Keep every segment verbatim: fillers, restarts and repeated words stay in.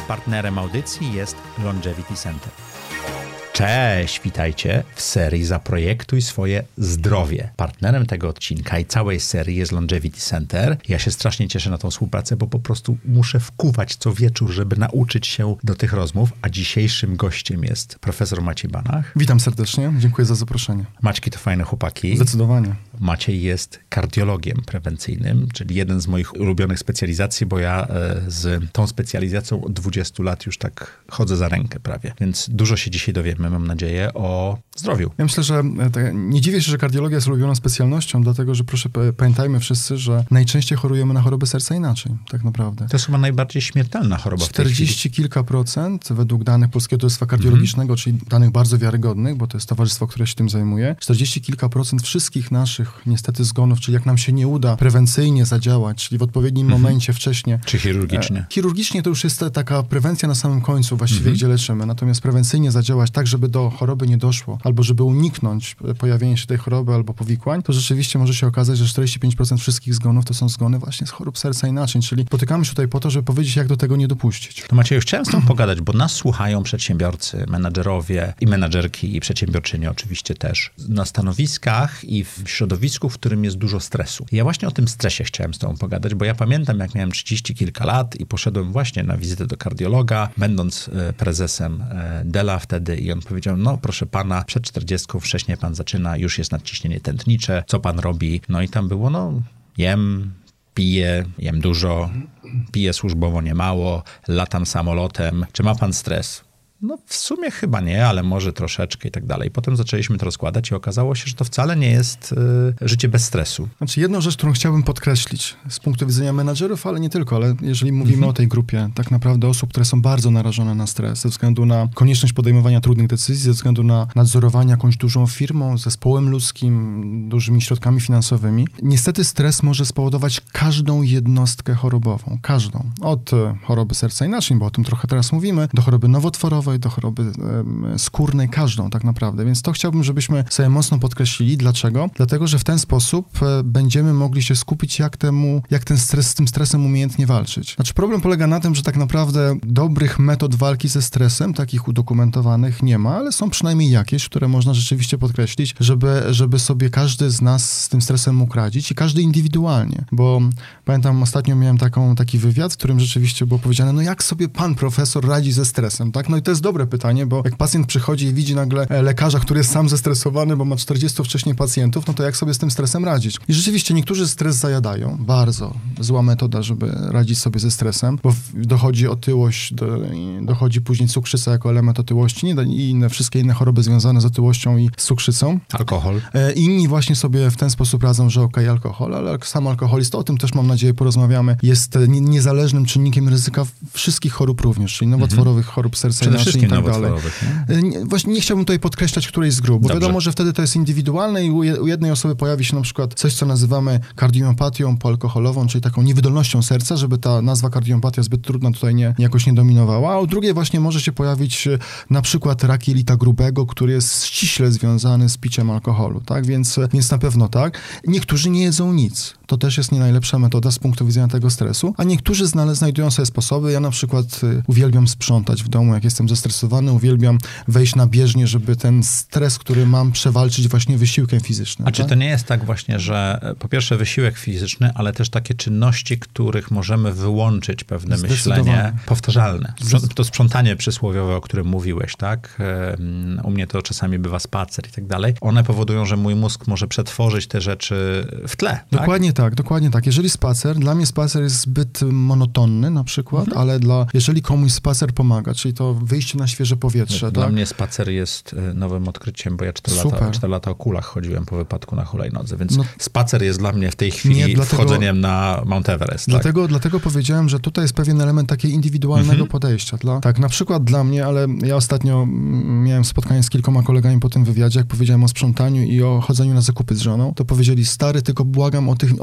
Partnerem audycji jest Longevity Center. Cześć, witajcie w serii Zaprojektuj swoje zdrowie. Partnerem tego odcinka i całej serii jest Longevity Center. Ja się strasznie cieszę na tą współpracę, bo po prostu muszę wkuwać co wieczór, żeby nauczyć się do tych rozmów, a dzisiejszym gościem jest profesor Maciej Banach. Witam serdecznie, dziękuję za zaproszenie. Maćki to fajne chłopaki. Zdecydowanie. Maciej jest kardiologiem prewencyjnym, czyli jeden z moich ulubionych specjalizacji, bo ja z tą specjalizacją od dwudziestu lat już tak chodzę za rękę prawie. Więc dużo się dzisiaj dowiemy, mam nadzieję, o zdrowiu. Ja myślę, że nie dziwię się, że kardiologia jest ulubioną specjalnością, dlatego, że proszę, pamiętajmy wszyscy, że najczęściej chorujemy na choroby serca inaczej, tak naprawdę. To jest chyba najbardziej śmiertelna choroba w tej chwili. czterdzieści kilka procent według danych Polskiego Towarzystwa Kardiologicznego, mm-hmm. czyli danych bardzo wiarygodnych, bo to jest towarzystwo, które się tym zajmuje. czterdzieści kilka procent wszystkich naszych niestety zgonów, czyli jak nam się nie uda prewencyjnie zadziałać, czyli w odpowiednim mm-hmm. momencie wcześnie. Czy chirurgicznie. E, chirurgicznie to już jest taka prewencja na samym końcu właściwie, mm-hmm. gdzie leczymy. Natomiast prewencyjnie zadziałać tak, żeby do choroby nie doszło, albo żeby uniknąć pojawienia się tej choroby albo powikłań, to rzeczywiście może się okazać, że czterdzieści pięć procent wszystkich zgonów to są zgony właśnie z chorób serca i naczyń, czyli spotykamy się tutaj po to, żeby powiedzieć, jak do tego nie dopuścić. To Macieju, chciałem z tobą pogadać, bo nas słuchają przedsiębiorcy, menadżerowie i menadżerki i przedsiębiorczynie oczywiście też na stanowiskach i w środowisku, w którym jest dużo stresu. I ja właśnie o tym stresie chciałem z tobą pogadać, bo ja pamiętam, jak miałem trzydzieści kilka lat i poszedłem właśnie na wizytę do kardiologa, będąc prezesem Dela wtedy i on powiedział, no proszę pana, przed czterdziestką wcześniej pan zaczyna, już jest nadciśnienie tętnicze, co pan robi? No i tam było, no jem, piję, jem dużo, piję służbowo niemało, latam samolotem. Czy ma pan stres? No w sumie chyba nie, ale może troszeczkę i tak dalej. Potem zaczęliśmy to rozkładać i okazało się, że to wcale nie jest y, życie bez stresu. Znaczy jedną rzecz, którą chciałbym podkreślić z punktu widzenia menadżerów, ale nie tylko, ale jeżeli mówimy mm-hmm. o tej grupie tak naprawdę osób, które są bardzo narażone na stres ze względu na konieczność podejmowania trudnych decyzji, ze względu na nadzorowanie jakąś dużą firmą, zespołem ludzkim, dużymi środkami finansowymi. Niestety stres może spowodować każdą jednostkę chorobową. Każdą. Od choroby serca i naczyń, bo o tym trochę teraz mówimy, do choroby nowotworowej, do choroby e, skórnej, każdą tak naprawdę. Więc to chciałbym, żebyśmy sobie mocno podkreślili. Dlaczego? Dlatego, że w ten sposób e, będziemy mogli się skupić, jak temu, jak ten stres, z tym stresem umiejętnie walczyć. Znaczy problem polega na tym, że tak naprawdę dobrych metod walki ze stresem, takich udokumentowanych nie ma, ale są przynajmniej jakieś, które można rzeczywiście podkreślić, żeby, żeby sobie każdy z nas z tym stresem mógł radzić i każdy indywidualnie. Bo pamiętam, ostatnio miałem taką, taki wywiad, w którym rzeczywiście było powiedziane, no jak sobie pan profesor radzi ze stresem, tak? No i to jest dobre pytanie, bo jak pacjent przychodzi i widzi nagle lekarza, który jest sam zestresowany, bo ma czterdziestu wcześniej pacjentów, no to jak sobie z tym stresem radzić? I rzeczywiście niektórzy stres zajadają. Bardzo zła metoda, żeby radzić sobie ze stresem, bo dochodzi otyłość, do, dochodzi później cukrzyca jako element otyłości i inne, wszystkie inne choroby związane z otyłością i z cukrzycą. Alkohol. Inni właśnie sobie w ten sposób radzą, że okej, okay, alkohol, ale sam alkoholizm, to o tym też mam nadzieję porozmawiamy, jest niezależnym czynnikiem ryzyka wszystkich chorób również, czyli nowotworowych mm-hmm. chorób serca i naczyń i tak dalej. Nie? Właśnie nie chciałbym tutaj podkreślać którejś z grup, bo Dobrze. Wiadomo, że wtedy to jest indywidualne i u jednej osoby pojawi się na przykład coś, co nazywamy kardiomopatią poalkoholową, czyli taką niewydolnością serca, żeby ta nazwa kardiopatia zbyt trudna tutaj nie, jakoś nie dominowała, a u drugiej właśnie może się pojawić na przykład rak jelita grubego, który jest ściśle związany z piciem alkoholu, tak? Więc, więc na pewno tak. Niektórzy nie jedzą nic. To też jest nie najlepsza metoda z punktu widzenia tego stresu, a niektórzy znajdują sobie sposoby. Ja na przykład y, uwielbiam sprzątać w domu, jak jestem zestresowany, uwielbiam wejść na bieżnię, żeby ten stres, który mam, przewalczyć właśnie wysiłkiem fizycznym. A tak? czy to nie jest tak właśnie, że po pierwsze wysiłek fizyczny, ale też takie czynności, których możemy wyłączyć pewne myślenie powtarzalne. Sprząt- to sprzątanie przysłowiowe, o którym mówiłeś, tak? U mnie to czasami bywa spacer i tak dalej. One powodują, że mój mózg może przetworzyć te rzeczy w tle. Dokładnie tak, tak dokładnie tak. Jeżeli spacer, dla mnie spacer jest zbyt monotonny na przykład, mhm. ale dla, jeżeli komuś spacer pomaga, czyli to wyjście na świeże powietrze. Dla tak? mnie spacer jest nowym odkryciem, bo ja cztery lata, cztery lata o kulach chodziłem po wypadku na hulajnodze, więc no, spacer jest dla mnie w tej chwili nie, dlatego, wchodzeniem na Mount Everest. Dlatego, tak? dlatego powiedziałem, że tutaj jest pewien element takiego indywidualnego mhm. podejścia. Dla, tak, na przykład dla mnie, ale ja ostatnio miałem spotkanie z kilkoma kolegami po tym wywiadzie, jak powiedziałem o sprzątaniu i o chodzeniu na zakupy z żoną, to powiedzieli, stary, tylko błagam o tych,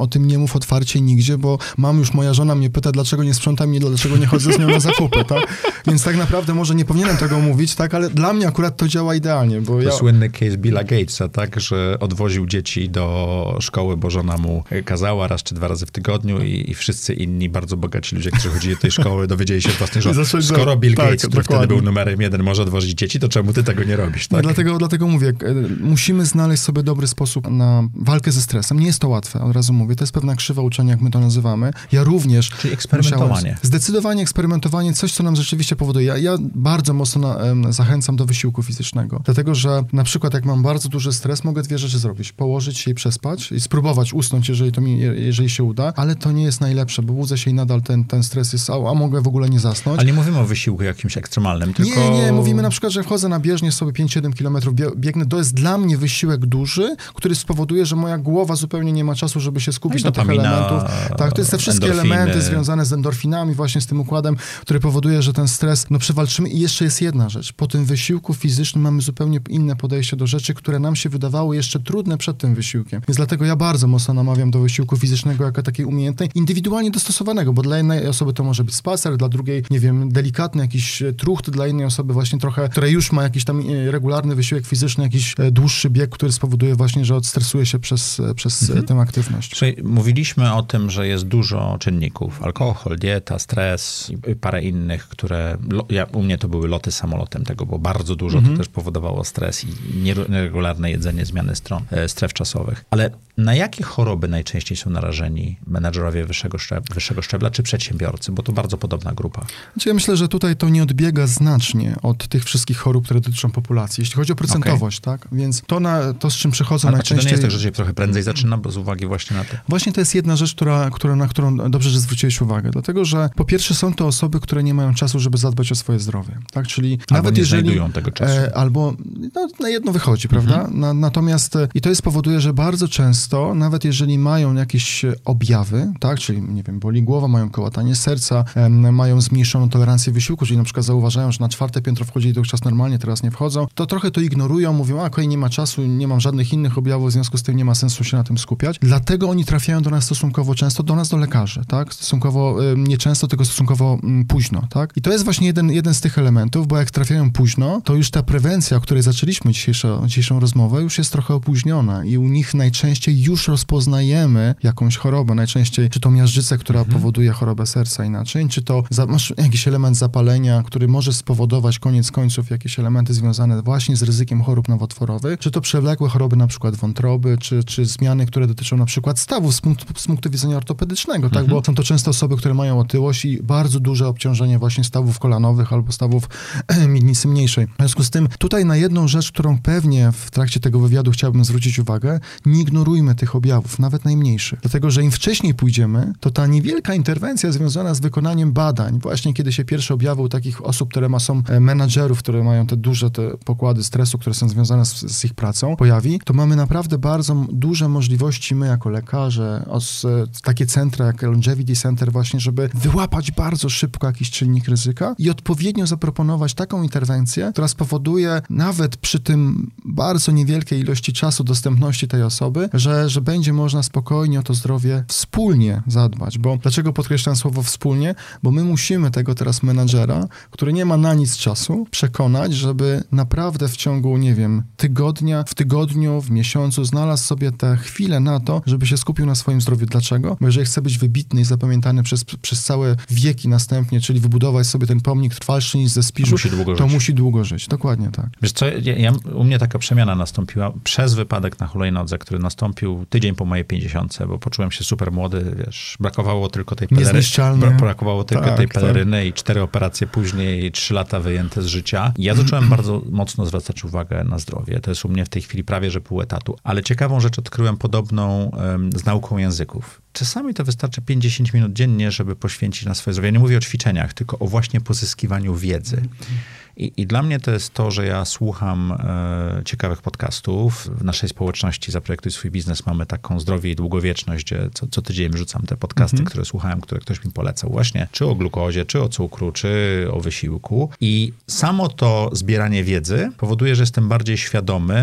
o tym nie mów otwarcie nigdzie, bo mam już, moja żona mnie pyta, dlaczego nie sprzątam i dlaczego nie chodzę z nią na zakupy, tak? Więc tak naprawdę może nie powinienem tego mówić, tak? Ale dla mnie akurat to działa idealnie, bo to ja... słynny case Billa Gatesa, tak? Że odwoził dzieci do szkoły, bo żona mu kazała raz czy dwa razy w tygodniu i, i wszyscy inni bardzo bogaci ludzie, którzy chodzili do tej szkoły, dowiedzieli się od własnych żon. Skoro Bill tak, Gates, który dokładnie. wtedy był numerem jeden, może odwozić dzieci, to czemu ty tego nie robisz, tak? No dlatego, dlatego mówię, musimy znaleźć sobie dobry sposób na walkę ze stresem. Nie jest to łatwe, od razu mówię. To jest pewna krzywa uczenia, jak my to nazywamy. Ja również... Czyli eksperymentowanie. Musiałem, zdecydowanie eksperymentowanie, coś, co nam rzeczywiście powoduje. Ja, ja bardzo mocno na, um, zachęcam do wysiłku fizycznego. Dlatego, że na przykład jak mam bardzo duży stres, mogę dwie rzeczy zrobić. Położyć się i przespać i spróbować usnąć, jeżeli to mi, jeżeli się uda, ale to nie jest najlepsze, bo budzę się i nadal ten, ten stres jest, a, a mogę w ogóle nie zasnąć. Ale nie mówimy o wysiłku jakimś ekstremalnym, tylko... Nie, nie, mówimy na przykład, że wchodzę na bieżnię, sobie pięć siedem kilometrów biegnę. To jest dla mnie wysiłek duży, który spowoduje, że moja głowa zupełnie nie ma czasu, żeby się skupić no na tych elementów. Tak, to jest te wszystkie endorfiny. elementy związane z endorfinami, właśnie z tym układem, który powoduje, że ten stres, no przewalczymy. I jeszcze jest jedna rzecz. Po tym wysiłku fizycznym mamy zupełnie inne podejście do rzeczy, które nam się wydawały jeszcze trudne przed tym wysiłkiem. Więc dlatego ja bardzo mocno namawiam do wysiłku fizycznego jako takiej umiejętnej, indywidualnie dostosowanego, bo dla jednej osoby to może być spacer, dla drugiej, nie wiem, delikatny jakiś trucht, dla innej osoby właśnie trochę, która już ma jakiś tam regularny wysiłek fizyczny, jakiś dłuższy bieg, który spowoduje właśnie, że odstresuje się przez, przez mhm. tę aktywność. Słuchaj, mówiliśmy o tym, że jest dużo czynników. Alkohol, dieta, stres i parę innych, które... Ja, u mnie to były loty samolotem, tego było bardzo dużo. Mhm. To też powodowało stres i nieregularne jedzenie, zmiany stron, stref czasowych. Ale na jakie choroby najczęściej są narażeni menadżerowie wyższego szczebla, wyższego szczebla czy przedsiębiorcy? Bo to bardzo podobna grupa. Znaczy ja myślę, że tutaj to nie odbiega znacznie od tych wszystkich chorób, które dotyczą populacji. Jeśli chodzi o procentowość, okay. tak? Więc to, na, to z czym przychodzą Ale najczęściej... to nie jest tak, że się trochę prędzej zaczyna, bo z uwagi właśnie na to? Właśnie to jest jedna rzecz, która, która, na którą dobrze, że zwróciłeś uwagę. Dlatego, że po pierwsze są to osoby, które nie mają czasu, żeby zadbać o swoje zdrowie. Tak? Czyli albo nawet nie jeżeli... znajdują tego czasu. E, albo no, na jedno wychodzi, prawda? Mhm. Na, natomiast i to jest powoduje, że bardzo często, nawet jeżeli mają jakieś objawy, tak? Czyli, nie wiem, boli głowa, mają kołatanie serca, em, mają zmniejszoną tolerancję wysiłku, czyli na przykład zauważają, że na czwarte piętro wchodzili dotychczas normalnie, teraz nie wchodzą, to trochę to ignorują, mówią, a okej, nie ma czasu, nie mam żadnych innych objawów, w związku z tym nie ma sensu się na tym skupiać. Dlatego oni trafiają do nas stosunkowo często, do nas, do lekarzy, tak? Stosunkowo, y, nie często, tylko stosunkowo y, późno, tak? I to jest właśnie jeden, jeden z tych elementów, bo jak trafiają późno, to już ta prewencja, o której zaczęliśmy dzisiejszą, dzisiejszą rozmowę, już jest trochę opóźniona i u nich najczęściej już rozpoznajemy jakąś chorobę, najczęściej czy to miażdżycę, która mhm. powoduje chorobę serca i naczyń, czy to za, masz jakiś element zapalenia, który może spowodować koniec końców jakieś elementy związane właśnie z ryzykiem chorób nowotworowych, czy to przewlekłe choroby na przykład wątroby, czy, czy zmiany, które dotyczą na przykład stawów z punktu, z punktu widzenia ortopedycznego, mhm. tak, bo są to często osoby, które mają otyłość i bardzo duże obciążenie właśnie stawów kolanowych albo stawów miednicy mniejszej. W związku z tym tutaj na jedną rzecz, którą pewnie w trakcie tego wywiadu chciałbym zwrócić uwagę, nie ignorujmy tych objawów, nawet najmniejszych. Dlatego, że im wcześniej pójdziemy, to ta niewielka interwencja związana z wykonaniem badań, właśnie kiedy się pierwsze objawy u takich osób, które ma, są menadżerów, które mają te duże te pokłady stresu, które są związane z, z ich pracą, pojawi, to mamy naprawdę bardzo duże możliwości my jako lekarze, os, takie centra jak Longevity Center właśnie, żeby wyłapać bardzo szybko jakiś czynnik ryzyka i odpowiednio zaproponować taką interwencję, która spowoduje nawet przy tym bardzo niewielkiej ilości czasu dostępności tej osoby, że, że będzie można spokojnie o to zdrowie wspólnie zadbać. Bo dlaczego podkreślam słowo wspólnie? Bo my musimy tego teraz menadżera, który nie ma na nic czasu, przekonać, żeby naprawdę w ciągu, nie wiem, tygodnia, w tygodniu, w miesiącu znalazł sobie tę chwilę na to, żeby się skupił na swoim zdrowiu. Dlaczego? Bo jeżeli chce być wybitny i zapamiętany przez, przez całe wieki następnie, czyli wybudować sobie ten pomnik trwalszy niż ze Spiżu, to musi długo, to musi długo żyć. Dokładnie tak. Wiesz co, ja, ja, u mnie taka przemiana nastąpiła przez wypadek na hulajnodze, który nastąpił tydzień po mojej pięćdziesiątce, bo poczułem się super młody, wiesz, brakowało tylko tej peleryny, brakowało tylko tak, tej peleryny tak. i cztery operacje później, trzy lata wyjęte z życia. Ja zacząłem bardzo mocno zwracać uwagę na zdrowie. To jest u mnie w tej chwili prawie, że pół etatu. Ale ciekawą rzecz odkryłem podobną um, z nauką języków. Czasami to wystarczy pięć do dziesięciu minut dziennie, żeby poświęcić na swoje zdrowie. Ja nie mówię o ćwiczeniach, tylko o właśnie pozyskiwaniu wiedzy. I, I dla mnie to jest to, że ja słucham e, ciekawych podcastów. W naszej społeczności Zaprojektuj swój biznes mamy taką zdrowie i długowieczność, gdzie co, co tydzień rzucam te podcasty, mhm. które słuchałem, które ktoś mi polecał właśnie, czy o glukozie, czy o cukru, czy o wysiłku. I samo to zbieranie wiedzy powoduje, że jestem bardziej świadomy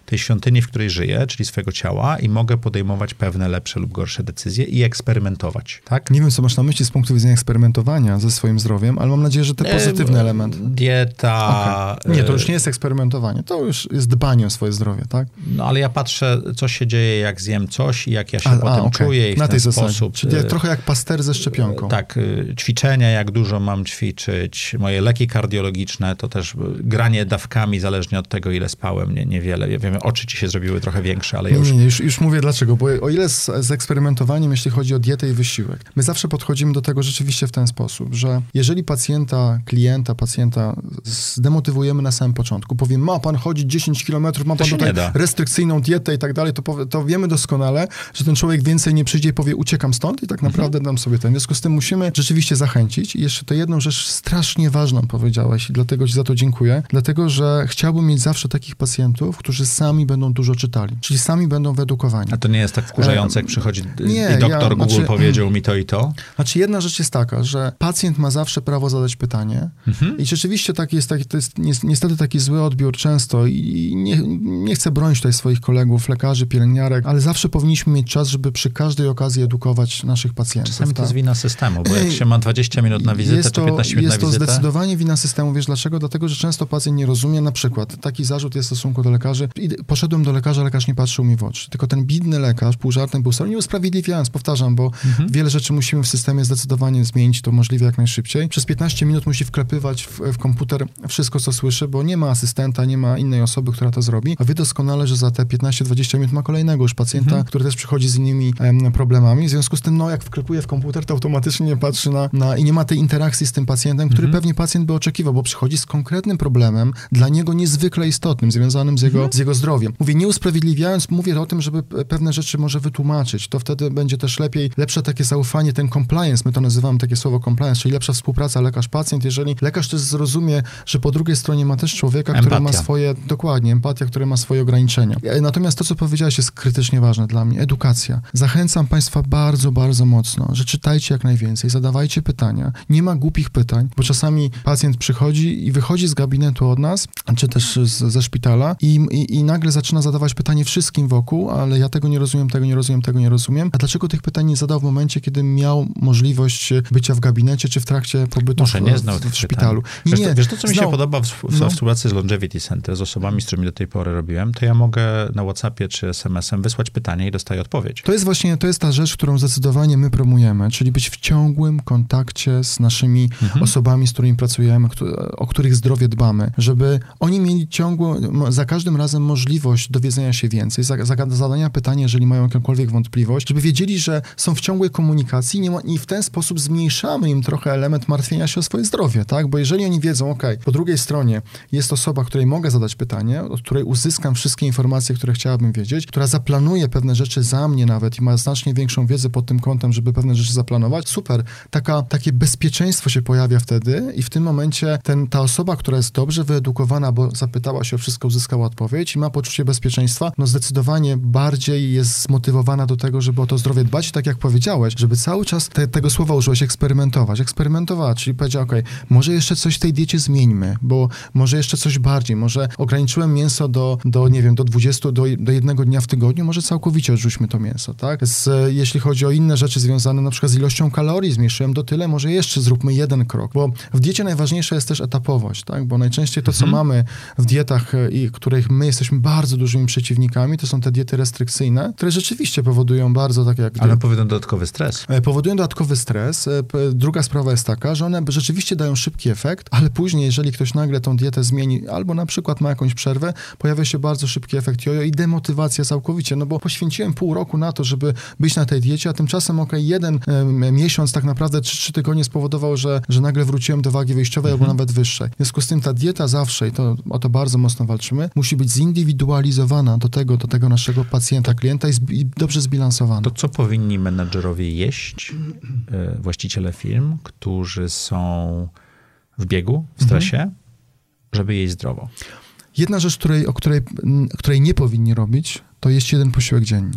tej świątyni, w której żyję, czyli swojego ciała i mogę podejmować pewne lepsze lub gorsze decyzje i eksperymentować, tak? Nie wiem, co masz na myśli z punktu widzenia eksperymentowania ze swoim zdrowiem, ale mam nadzieję, że to pozytywny e, element. Dieta... Okay. Nie, to już nie jest eksperymentowanie, to już jest dbanie o swoje zdrowie, tak? No, ale ja patrzę, co się dzieje, jak zjem coś i jak ja się a, potem a, okay. czuję i w na ten tej sposób... Zasadzie. Czyli jak, trochę jak paster ze szczepionką. Tak, ćwiczenia, jak dużo mam ćwiczyć, moje leki kardiologiczne, to też granie dawkami, zależnie od tego, ile spałem, nie, niewiele. Ja wiem, oczy ci się zrobiły trochę większe, ale ja już... Nie, nie, już, już mówię dlaczego, bo o ile z, z eksperymentowaniem, jeśli chodzi o dietę i wysiłek, my zawsze podchodzimy do tego rzeczywiście w ten sposób, że jeżeli pacjenta, klienta, pacjenta zdemotywujemy na samym początku, powiem, ma pan chodzić dziesięć kilometrów, ma pan tutaj restrykcyjną dietę i tak dalej, to, to wiemy doskonale, że ten człowiek więcej nie przyjdzie i powie, uciekam stąd i tak naprawdę dam sobie ten. W związku z tym musimy rzeczywiście zachęcić. I jeszcze to jedną rzecz strasznie ważną powiedziałeś i dlatego ci za to dziękuję, dlatego, że chciałbym mieć zawsze takich pacjentów, którzy sami będą dużo czytali, czyli sami będą wyedukowani. A to nie jest tak wkurzające, jak przychodzi nie, i doktor ja, Google znaczy, powiedział mi to i to? Znaczy jedna rzecz jest taka, że pacjent ma zawsze prawo zadać pytanie mhm. i rzeczywiście taki jest, taki, to jest niestety taki zły odbiór często i nie, nie chcę bronić tutaj swoich kolegów, lekarzy, pielęgniarek, ale zawsze powinniśmy mieć czas, żeby przy każdej okazji edukować naszych pacjentów. Czasami tak? to jest wina systemu, bo jak się ma dwadzieścia minut na wizytę, jest to, czy piętnaście minut na wizytę... Jest to zdecydowanie wina systemu. Wiesz dlaczego? Dlatego, że często pacjent nie rozumie. Na przykład taki zarzut jest w stosunku do lekarzy. Poszedłem do lekarza, lekarz nie patrzył mi w oczy. Tylko ten biedny lekarz, pół żartem, pół serio, nie usprawiedliwiając, powtarzam, bo mhm. wiele rzeczy musimy w systemie zdecydowanie zmienić, to możliwie jak najszybciej. Przez piętnaście minut musi wklepywać w, w komputer wszystko, co słyszy, bo nie ma asystenta, nie ma innej osoby, która to zrobi. A wie doskonale, że za te piętnaście dwadzieścia minut ma kolejnego już pacjenta, mhm. który też przychodzi z innymi em, problemami. W związku z tym, no jak wklepuje w komputer, to automatycznie nie patrzy na, na i nie ma tej interakcji z tym pacjentem, który mhm. pewnie pacjent by oczekiwał, bo przychodzi z konkretnym problemem, dla niego niezwykle istotnym, związanym z jego, mhm. z jego zdrowiem. Mówię, nie usprawiedliwiając, mówię o tym, żeby pewne rzeczy może wytłumaczyć. To wtedy będzie też lepiej, lepsze takie zaufanie, ten compliance, my to nazywamy takie słowo compliance, czyli lepsza współpraca lekarz-pacjent, jeżeli lekarz też zrozumie, że po drugiej stronie ma też człowieka, empatia. który ma swoje, dokładnie, empatia, który ma swoje ograniczenia. Natomiast to, co powiedziałeś, jest krytycznie ważne dla mnie. Edukacja. Zachęcam Państwa bardzo, bardzo mocno, że czytajcie jak najwięcej, zadawajcie pytania. Nie ma głupich pytań, bo czasami pacjent przychodzi i wychodzi z gabinetu od nas, czy też z, ze szpitala i, i, i nagle zaczyna zadawać pytanie wszystkim wokół, ale ja tego nie rozumiem, tego nie rozumiem, tego nie rozumiem. A dlaczego tych pytań nie zadał w momencie, kiedy miał możliwość bycia w gabinecie, czy w trakcie pobytu Może w, nie znał w, w szpitalu? Nie, wiesz, nie, to, wiesz to, co mi znał. się podoba w, w, no. w współpracy z Longevity Center, z osobami, z którymi do tej pory robiłem, to ja mogę na WhatsAppie czy es em esem wysłać pytanie i dostaję odpowiedź. To jest właśnie, to jest ta rzecz, którą zdecydowanie my promujemy, czyli być w ciągłym kontakcie z naszymi mhm. osobami, z którymi pracujemy, o których zdrowie dbamy, żeby oni mieli ciągłą, za każdym razem możliwość dowiedzenia się więcej, za, za, zadania pytania, jeżeli mają jakąkolwiek wątpliwość, żeby wiedzieli, że są w ciągłej komunikacji nie ma, i w ten sposób zmniejszamy im trochę element martwienia się o swoje zdrowie, tak? Bo jeżeli oni wiedzą, ok, po drugiej stronie jest osoba, której mogę zadać pytanie, od której uzyskam wszystkie informacje, które chciałabym wiedzieć, która zaplanuje pewne rzeczy za mnie nawet i ma znacznie większą wiedzę pod tym kątem, żeby pewne rzeczy zaplanować, super. Taka, takie bezpieczeństwo się pojawia wtedy i w tym momencie ten, ta osoba, która jest dobrze wyedukowana, bo zapytała się o wszystko, uzyskała odpowiedź i ma poczucie bezpieczeństwa, no zdecydowanie bardziej jest zmotywowana do tego, żeby o to zdrowie dbać i tak jak powiedziałeś, żeby cały czas te, tego słowa użyłeś, eksperymentować. Eksperymentowała, czyli powiedziała, okej, okay, może jeszcze coś w tej diecie zmieńmy, bo może jeszcze coś bardziej, może ograniczyłem mięso do, do nie wiem, do dwudziestu, do, do jednego dnia w tygodniu, może całkowicie odrzućmy to mięso, tak? Z, jeśli chodzi o inne rzeczy związane na przykład z ilością kalorii, zmniejszyłem do tyle, może jeszcze zróbmy jeden krok, bo w diecie najważniejsza jest też etapowość, tak? Bo najczęściej to, co mhm. mamy w dietach, i których my jesteśmy bardzo dużymi przeciwnikami, to są te diety restrykcyjne, które rzeczywiście powodują bardzo tak jak... Ale powodują dodatkowy stres. Powodują dodatkowy stres. Druga sprawa jest taka, że one rzeczywiście dają szybki efekt, ale później, jeżeli ktoś nagle tą dietę zmieni, albo na przykład ma jakąś przerwę, pojawia się bardzo szybki efekt jojo i demotywacja całkowicie, no bo poświęciłem pół roku na to, żeby być na tej diecie, a tymczasem okej, okay, jeden e, miesiąc tak naprawdę, trzy, trzy tygodnie spowodował, że, że nagle wróciłem do wagi wyjściowej mhm. albo nawet wyższej. W związku z tym ta dieta zawsze, i to o to bardzo mocno walczymy, musi być zindywidualizowana do tego, do tego naszego pacjenta, klienta i, zbi- i dobrze zbilansowana. To co powinni menadżerowie jeść, e, właściciele firm, którzy są w biegu, w stresie, mhm. żeby jeść zdrowo? Jedna rzecz, której, o której, której nie powinni robić, to jeść jeden posiłek dziennie.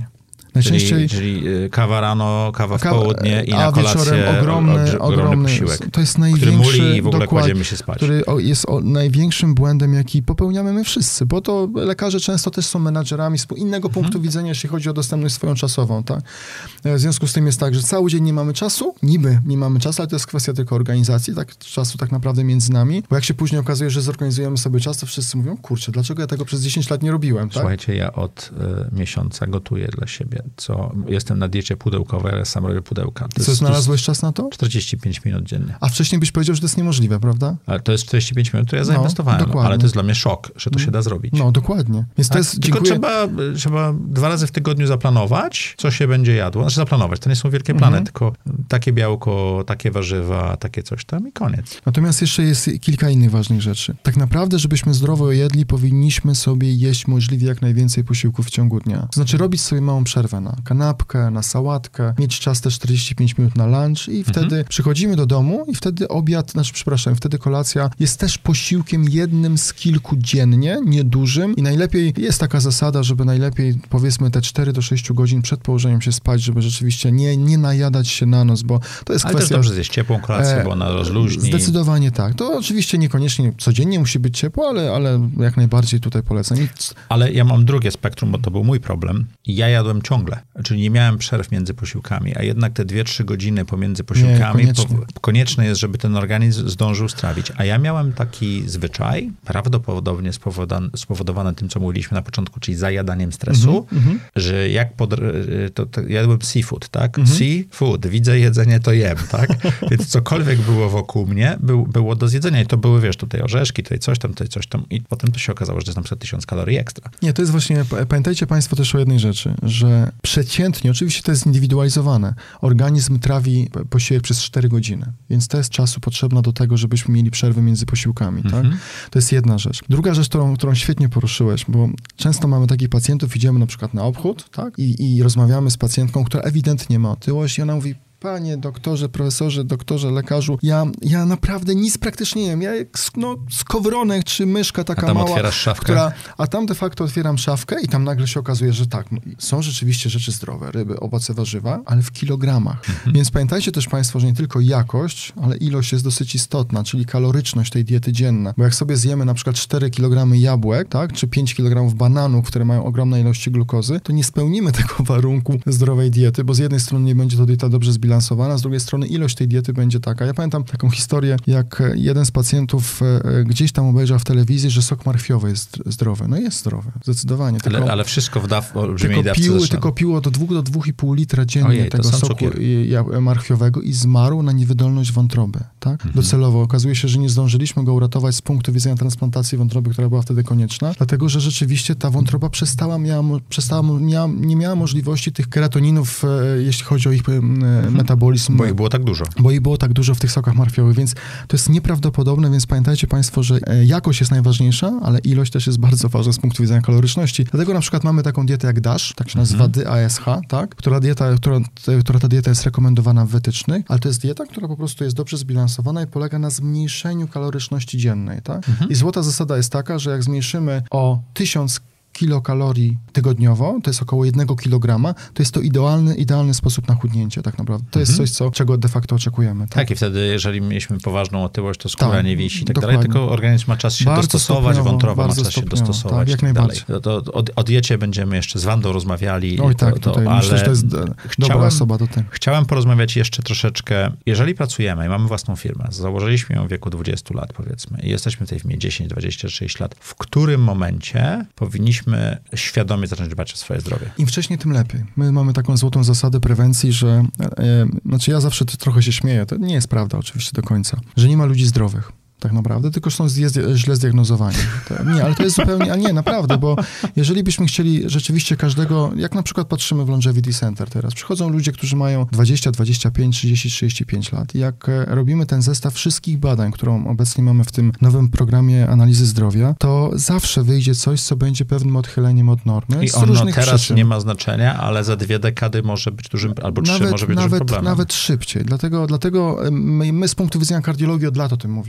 Najczęściej... Czyli, czyli kawa rano, kawa w Ka- południe i a na kolację wieczorem ogromny, ogromny, ogromny posiłek, to jest największy, który muli i w ogóle dokład, kładziemy się spać. Który jest o, największym błędem, jaki popełniamy my wszyscy, bo to lekarze często też są menadżerami z innego mhm. punktu widzenia, jeśli chodzi o dostępność swoją czasową, tak? W związku z tym jest tak, że cały dzień nie mamy czasu, niby nie mamy czasu, ale to jest kwestia tylko organizacji, tak, czasu tak naprawdę między nami, bo jak się później okazuje, że zorganizujemy sobie czas, to wszyscy mówią, kurczę, dlaczego ja tego przez dziesięć lat nie robiłem, tak? Słuchajcie, ja od y, miesiąca gotuję dla siebie, co jestem na diecie pudełkowej, ale sam robię pudełka. To co, jest, znalazłeś czas na to? czterdzieści pięć minut dziennie. A wcześniej byś powiedział, że to jest niemożliwe, prawda? Ale to jest czterdzieści pięć minut, to ja zainwestowałem, no, ale to jest dla mnie szok, że to się da zrobić. No, dokładnie. Więc tak? to jest, Tylko dziękuję. trzeba, trzeba dwa razy w tygodniu zaplanować, co się będzie jadło. Znaczy zaplanować, to nie są wielkie plany, mhm. tylko takie białko, takie warzywa, takie coś tam i koniec. Natomiast jeszcze jest kilka innych ważnych rzeczy. Tak naprawdę, żebyśmy zdrowo jedli, powinniśmy sobie jeść możliwie jak najwięcej posiłków w ciągu dnia. To znaczy robić sobie małą przerwę na kanapkę, na sałatkę, mieć czas też czterdzieści pięć minut na lunch i wtedy mhm. przychodzimy do domu i wtedy obiad, znaczy przepraszam, wtedy kolacja jest też posiłkiem jednym z kilku dziennie, niedużym i najlepiej jest taka zasada, żeby najlepiej powiedzmy te cztery do sześciu godzin przed położeniem się spać, żeby rzeczywiście nie, nie najadać się na noc, bo to jest Ale kwestia... też dobrze zjeść ciepłą kolację, e, bo ona rozluźni. Zdecydowanie tak. To oczywiście niekoniecznie codziennie musi być ciepło, ale, ale jak najbardziej tutaj polecam. I... Ale ja mam drugie spektrum, bo to był mój problem. Ja jadłem ciągle, czyli nie miałem przerw między posiłkami, a jednak te dwie trzy godziny pomiędzy posiłkami nie, koniecznie. Po, konieczne jest, żeby ten organizm zdążył strawić. A ja miałem taki zwyczaj, prawdopodobnie spowodowany, spowodowany tym, co mówiliśmy na początku, czyli zajadaniem stresu, mm-hmm. że jak pod, to, to jadłem seafood, tak? Mm-hmm. Seafood, widzę jedzenie, to jem, tak? Więc cokolwiek było wokół mnie, był, było do zjedzenia i to były, wiesz, tutaj orzeszki, tutaj coś tam, tutaj coś tam i potem to się okazało, że to jest na przykład tysiąc kalorii ekstra. Nie, to jest właśnie, pamiętajcie państwo też o jednej rzeczy, że przeciętnie, oczywiście to jest zindywidualizowane, organizm trawi posiłek przez cztery godziny, więc to jest czasu potrzebna do tego, żebyśmy mieli przerwy między posiłkami, mm-hmm. tak? To jest jedna rzecz. Druga rzecz, którą, którą świetnie poruszyłeś, bo często mamy takich pacjentów, idziemy na przykład na obchód, tak? I, i rozmawiamy z pacjentką, która ewidentnie ma otyłość i ona mówi, panie doktorze, profesorze, doktorze, lekarzu, ja, ja naprawdę nic praktycznie nie wiem. Ja jak no, skowronek czy myszka taka a tam mała, otwierasz szafkę. Która, a tam de facto otwieram szafkę i tam nagle się okazuje, że tak, są rzeczywiście rzeczy zdrowe, ryby, owoce, warzywa, ale w kilogramach. Mhm. Więc pamiętajcie też państwo, że nie tylko jakość, ale ilość jest dosyć istotna, czyli kaloryczność tej diety dziennej. Bo jak sobie zjemy na przykład cztery kilogramy jabłek, tak, czy pięć kilogramów bananów, które mają ogromne ilości glukozy, to nie spełnimy tego warunku zdrowej diety, bo z jednej strony nie będzie to dieta dobrze zbilansowana, z drugiej strony ilość tej diety będzie taka. Ja pamiętam taką historię, jak jeden z pacjentów e, gdzieś tam obejrzał w telewizji, że sok marchwiowy jest zdrowy. No jest zdrowy, zdecydowanie. Tylko, ale, ale wszystko w daw, olbrzymiej dawce pił, zaczyna. Tylko piło do dwóch do dwóch i pół litra dziennie Ojej, tego soku marchwiowego i zmarł na niewydolność wątroby. Tak? Mhm. Docelowo. Okazuje się, że nie zdążyliśmy go uratować z punktu widzenia transplantacji wątroby, która była wtedy konieczna, dlatego, że rzeczywiście ta wątroba przestała, miała, przestała miała, nie miała możliwości tych keratoninów, e, jeśli chodzi o ich e, mhm. metabolizm. Bo ich było tak dużo. Bo ich było tak dużo w tych sokach marchwiowych, więc to jest nieprawdopodobne, więc pamiętajcie państwo, że jakość jest najważniejsza, ale ilość też jest bardzo ważna z punktu widzenia kaloryczności. Dlatego na przykład mamy taką dietę jak DASH, tak się nazywa mm-hmm. D A S H, tak? Która, dieta, która, która ta dieta jest rekomendowana w wytycznych, ale to jest dieta, która po prostu jest dobrze zbilansowana i polega na zmniejszeniu kaloryczności dziennej, tak? Mm-hmm. I złota zasada jest taka, że jak zmniejszymy o tysiąc kilokalorii tygodniowo, to jest około jednego kilograma, to jest to idealny, idealny sposób na chudnięcie tak naprawdę. To jest mhm. coś, co, czego de facto oczekujemy. Tak? tak, i wtedy, jeżeli mieliśmy poważną otyłość, to skóra tak, nie wisi i tak dokładnie. dalej, tylko organizm ma czas się bardzo dostosować, wątroba ma czas stopniowo. się dostosować tak, jak i tak najbardziej. dalej. To, to, o, o diecie będziemy jeszcze z Wandą rozmawiali. Oj tak, to, to, tutaj ale myślę, że to jest dobra chciałem, osoba do tego. Chciałem porozmawiać jeszcze troszeczkę, jeżeli pracujemy i mamy własną firmę, założyliśmy ją w wieku dwudziestu lat powiedzmy i jesteśmy tutaj w firmie dziesięć, dwadzieścia, trzydzieści lat, w którym momencie powinniśmy świadomie zacząć dbać o swoje zdrowie? Im wcześniej, tym lepiej. My mamy taką złotą zasadę prewencji, że e, znaczy ja zawsze trochę się śmieję, to nie jest prawda oczywiście do końca, że nie ma ludzi zdrowych. Tak naprawdę, tylko są źle zdiagnozowani. To, nie, ale to jest zupełnie, a nie, naprawdę, bo jeżeli byśmy chcieli rzeczywiście każdego, jak na przykład patrzymy w Longevity Center teraz, przychodzą ludzie, którzy mają dwadzieścia, dwadzieścia pięć, trzydzieści, trzydzieści pięć lat i jak robimy ten zestaw wszystkich badań, którą obecnie mamy w tym nowym programie analizy zdrowia, to zawsze wyjdzie coś, co będzie pewnym odchyleniem od normy. I ono teraz przyczyn. Nie ma znaczenia, ale za dwie dekady może być dużym, albo trzy nawet, może być nawet, dużym problemem. Nawet szybciej. Dlatego, dlatego my, my z punktu widzenia kardiologii od lat o tym mówimy, tak?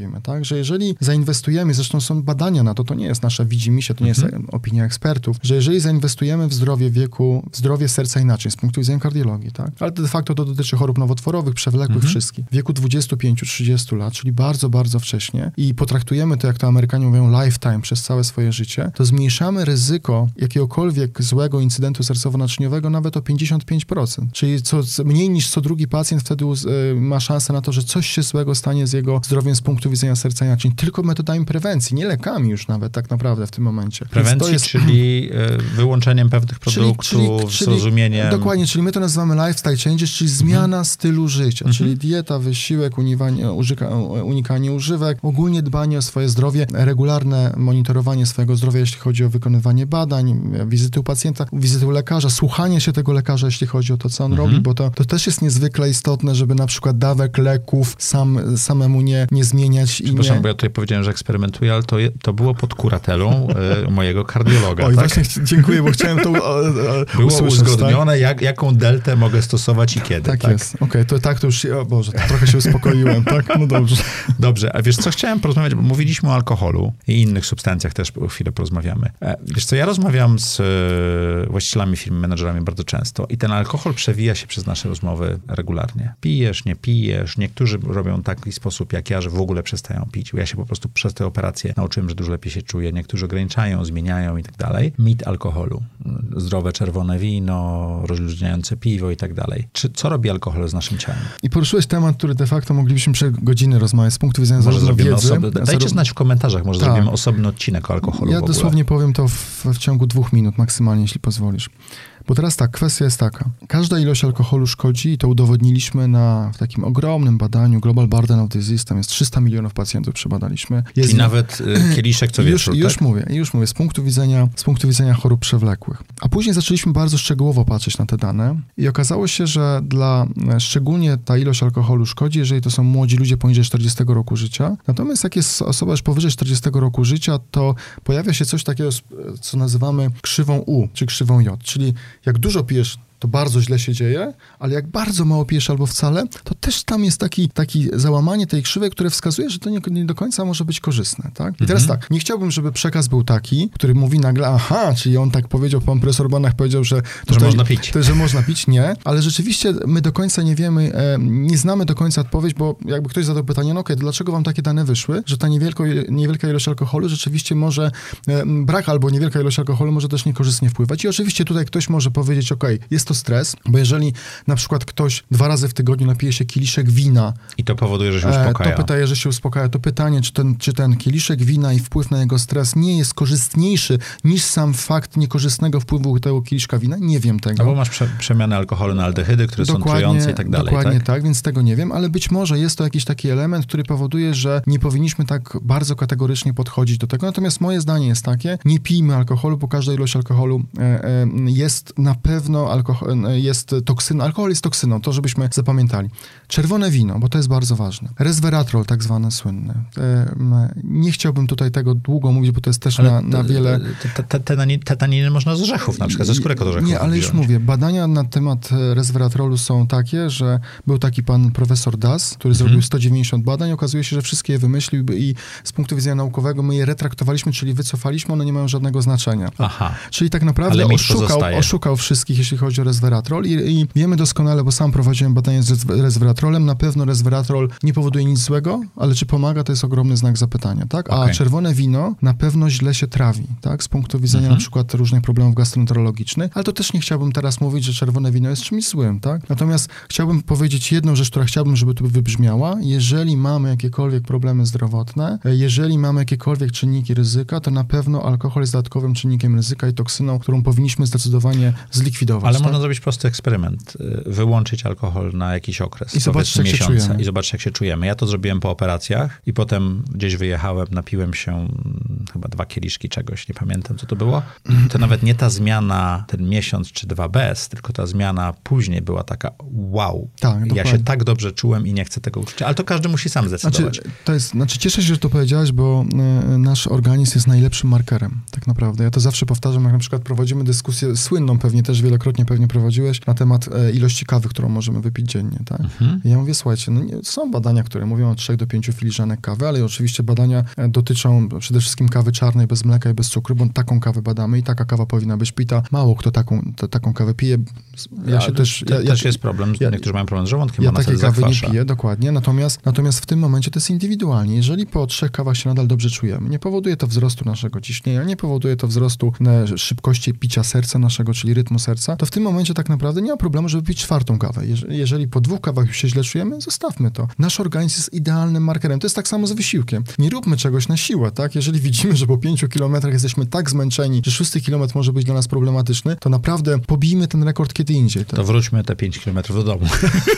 tak? Że jeżeli zainwestujemy, zresztą są badania na to, to nie jest nasza widzimisię, to nie jest mhm. opinia ekspertów, że jeżeli zainwestujemy w zdrowie wieku, w zdrowie serca inaczej, z punktu widzenia kardiologii, tak? Ale de facto to dotyczy chorób nowotworowych, przewlekłych, mhm. wszystkich. W wieku dwudziestu pięciu do trzydziestu lat, czyli bardzo, bardzo wcześnie i potraktujemy to, jak to Amerykanie mówią, lifetime przez całe swoje życie, to zmniejszamy ryzyko jakiegokolwiek złego incydentu sercowo-naczyniowego nawet o pięćdziesiąt pięć procent. Czyli co, mniej niż co drugi pacjent wtedy y, ma szansę na to, że coś się złego stanie z jego zdrowiem z punktu widzenia serca i naczyń. Tylko metodami prewencji, nie lekami już nawet tak naprawdę w tym momencie. Prewencji, jest... czyli y, wyłączeniem pewnych produktów, czyli, czyli, zrozumieniem... Dokładnie, czyli my to nazywamy lifestyle changes, czyli zmiana mhm. stylu życia, mhm. czyli dieta, wysiłek, uniwanie, użyka, unikanie używek, ogólnie dbanie o swoje zdrowie, regularne monitorowanie swojego zdrowia, jeśli chodzi o wykonywanie badań, wizyty u pacjenta, wizyty u lekarza, słuchanie się tego lekarza, jeśli chodzi o to, co on mhm. robi, bo to, to też jest niezwykle istotne, żeby na przykład dawek leków sam, samemu nie, nie zmieniać. Przepraszam, i nie... bo ja tutaj powiedziałem, że eksperymentuję, ale to, je, to było pod kuratelą y, mojego kardiologa. Oj, tak? właśnie dziękuję, bo chciałem to uh, Było usłyszeć, uzgodnione, tak? jak, jaką deltę mogę stosować i kiedy. Tak, tak? jest. Okej, okay, to tak to już, o Boże, to trochę się uspokoiłem, tak? No dobrze. Dobrze, a wiesz co, chciałem porozmawiać, bo mówiliśmy o alkoholu i innych substancjach też o chwilę porozmawiamy. Wiesz co, ja rozmawiam z właścicielami firm, menadżerami bardzo często i ten alkohol przewija się przez nasze rozmowy regularnie. Pijesz, nie pijesz, niektórzy robią taki sposób jak ja, że w ogóle przestają pić. Ja się po prostu przez te operacje nauczyłem, że dużo lepiej się czuję. Niektórzy ograniczają, zmieniają i tak dalej. Mit alkoholu. Zdrowe czerwone wino, rozluźniające piwo i tak dalej. Czy, co robi alkohol z naszym ciałem? I poruszyłeś temat, który de facto moglibyśmy przez godziny rozmawiać z punktu widzenia może zarówno wiedzy... Osoby, dajcie zaró... znać w komentarzach, może tak. zrobimy osobny odcinek o alkoholu. Ja dosłownie powiem to w, w ciągu dwóch minut maksymalnie, jeśli pozwolisz. Bo teraz tak, kwestia jest taka. Każda ilość alkoholu szkodzi i to udowodniliśmy na w takim ogromnym badaniu Global Burden of Disease, tam jest trzysta milionów pacjentów przebadaliśmy. Jest Czyli nawet y, kieliszek co wieczór, Już, tak? już mówię, już mówię, z punktu widzenia, z punktu widzenia chorób przewlekłych. A później zaczęliśmy bardzo szczegółowo patrzeć na te dane i okazało się, że dla, szczególnie ta ilość alkoholu szkodzi, jeżeli to są młodzi ludzie poniżej czterdziestego roku życia. Natomiast jak jest osoba już powyżej czterdziestego roku życia, to pojawia się coś takiego, co nazywamy krzywą U, czy krzywą J, czyli jak dużo pijesz, to bardzo źle się dzieje, ale jak bardzo mało pijesz albo wcale, to też tam jest taki, taki załamanie tej krzywej, które wskazuje, że to nie, nie do końca może być korzystne, tak? I mhm. teraz tak, nie chciałbym, żeby przekaz był taki, który mówi nagle, aha, czyli on tak powiedział, pan profesor Banach powiedział, że tutaj, że można pić. To, że można pić, nie, ale rzeczywiście my do końca nie wiemy, e, nie znamy do końca odpowiedź, bo jakby ktoś zadał pytanie, no okej, okay, dlaczego wam takie dane wyszły, że ta niewielko, niewielka ilość alkoholu rzeczywiście może, e, brak albo niewielka ilość alkoholu może też niekorzystnie wpływać i oczywiście tutaj ktoś może powiedzieć, okej, okay, jest to stres, bo jeżeli na przykład ktoś dwa razy w tygodniu napije się kieliszek wina i to powoduje, że się uspokaja. To pytaje, że się uspokaja. To pytanie, czy ten, czy ten kieliszek wina i wpływ na jego stres nie jest korzystniejszy niż sam fakt niekorzystnego wpływu tego kieliszka wina? Nie wiem tego. Albo masz prze, przemianę alkoholu na aldehydy, które dokładnie, są trujące i tak dalej. Dokładnie tak? tak, więc tego nie wiem, ale być może jest to jakiś taki element, który powoduje, że nie powinniśmy tak bardzo kategorycznie podchodzić do tego. Natomiast moje zdanie jest takie, nie pijmy alkoholu, bo każda ilość alkoholu e, e, jest na pewno alkohol, jest toksyną. Alkohol jest toksyną, to żebyśmy zapamiętali. Czerwone wino, bo to jest bardzo ważne. Resveratrol, tak zwany słynny. E, nie chciałbym tutaj tego długo mówić, bo to jest też na, na wiele... Te, te, te, te taniny można z orzechów, na przykład ze skórek od orzechów. Nie, ale wziąć. już mówię, badania na temat resveratrolu są takie, że był taki pan profesor Das, który hmm. zrobił sto dziewięćdziesiąt badań, okazuje się, że wszystkie je wymyślił i z punktu widzenia naukowego my je retraktowaliśmy, czyli wycofaliśmy, one nie mają żadnego znaczenia. Aha. Czyli tak naprawdę oszukał, oszukał wszystkich, jeśli chodzi o resveratrol i, i wiemy doskonale, bo sam prowadziłem badanie z resveratrolem, na pewno resveratrol nie powoduje nic złego, ale czy pomaga, to jest ogromny znak zapytania, tak? A okay. czerwone wino na pewno źle się trawi, tak? Z punktu widzenia mhm. na przykład różnych problemów gastroenterologicznych, ale to też nie chciałbym teraz mówić, że czerwone wino jest czymś złym, tak? Natomiast chciałbym powiedzieć jedną rzecz, która chciałbym, żeby tu wybrzmiała. Jeżeli mamy jakiekolwiek problemy zdrowotne, jeżeli mamy jakiekolwiek czynniki ryzyka, to na pewno alkohol jest dodatkowym czynnikiem ryzyka i toksyną, którą powinniśmy zdecydowanie zlikwidować. Ale tak? można zrobić prosty eksperyment. Wyłączyć alkohol na jakiś okres. I zobaczyć, jak się czujemy. I zobaczyć, jak się czujemy. Ja to zrobiłem po operacjach i potem gdzieś wyjechałem, napiłem się chyba dwa kieliszki czegoś, nie pamiętam, co to było. To nawet nie ta zmiana, ten miesiąc czy dwa bez, tylko ta zmiana później była taka wow. Tak, ja się tak dobrze czułem i nie chcę tego uczyć. Ale to każdy musi sam zdecydować. Znaczy, to jest, znaczy cieszę się, że to powiedziałeś, bo y, nasz organizm jest najlepszym markerem, tak naprawdę. Ja to zawsze powtarzam, jak na przykład prowadzimy dyskusję słynną, pewnie też wielokrotnie pewnie pewnie prowadziłeś, na temat e, ilości kawy, którą możemy wypić dziennie, tak? Mhm. I ja mówię, słuchajcie, no nie, są badania, które mówią od trzech do pięciu filiżanek kawy, ale oczywiście badania e, dotyczą przede wszystkim kawy czarnej, bez mleka i bez cukru, bo taką kawę badamy i taka kawa powinna być pita. Mało kto taką, t- taką kawę pije. Ja, ja się też... To ja, też ja, jest problem, ja, niektórzy mają problem z żołądkiem, ja bo takiej kawy zakwasza. nie piję, dokładnie, natomiast, natomiast w tym momencie to jest indywidualnie. Jeżeli po trzech kawach się nadal dobrze czujemy, nie powoduje to wzrostu naszego ciśnienia, nie powoduje to wzrostu e, szybkości picia serca naszego, czyli rytmu serca, to w tym momencie tak naprawdę nie ma problemu, żeby pić czwartą kawę. Jeżeli, jeżeli po dwóch kawach już się źle czujemy, zostawmy to. Nasz organizm jest idealnym markerem. To jest tak samo z wysiłkiem. Nie róbmy czegoś na siłę, tak? Jeżeli widzimy, że po pięciu kilometrach jesteśmy tak zmęczeni, że szósty kilometr może być dla nas problematyczny, to naprawdę pobijmy ten rekord kiedy indziej. Tak? To wróćmy te pięć kilometrów do domu.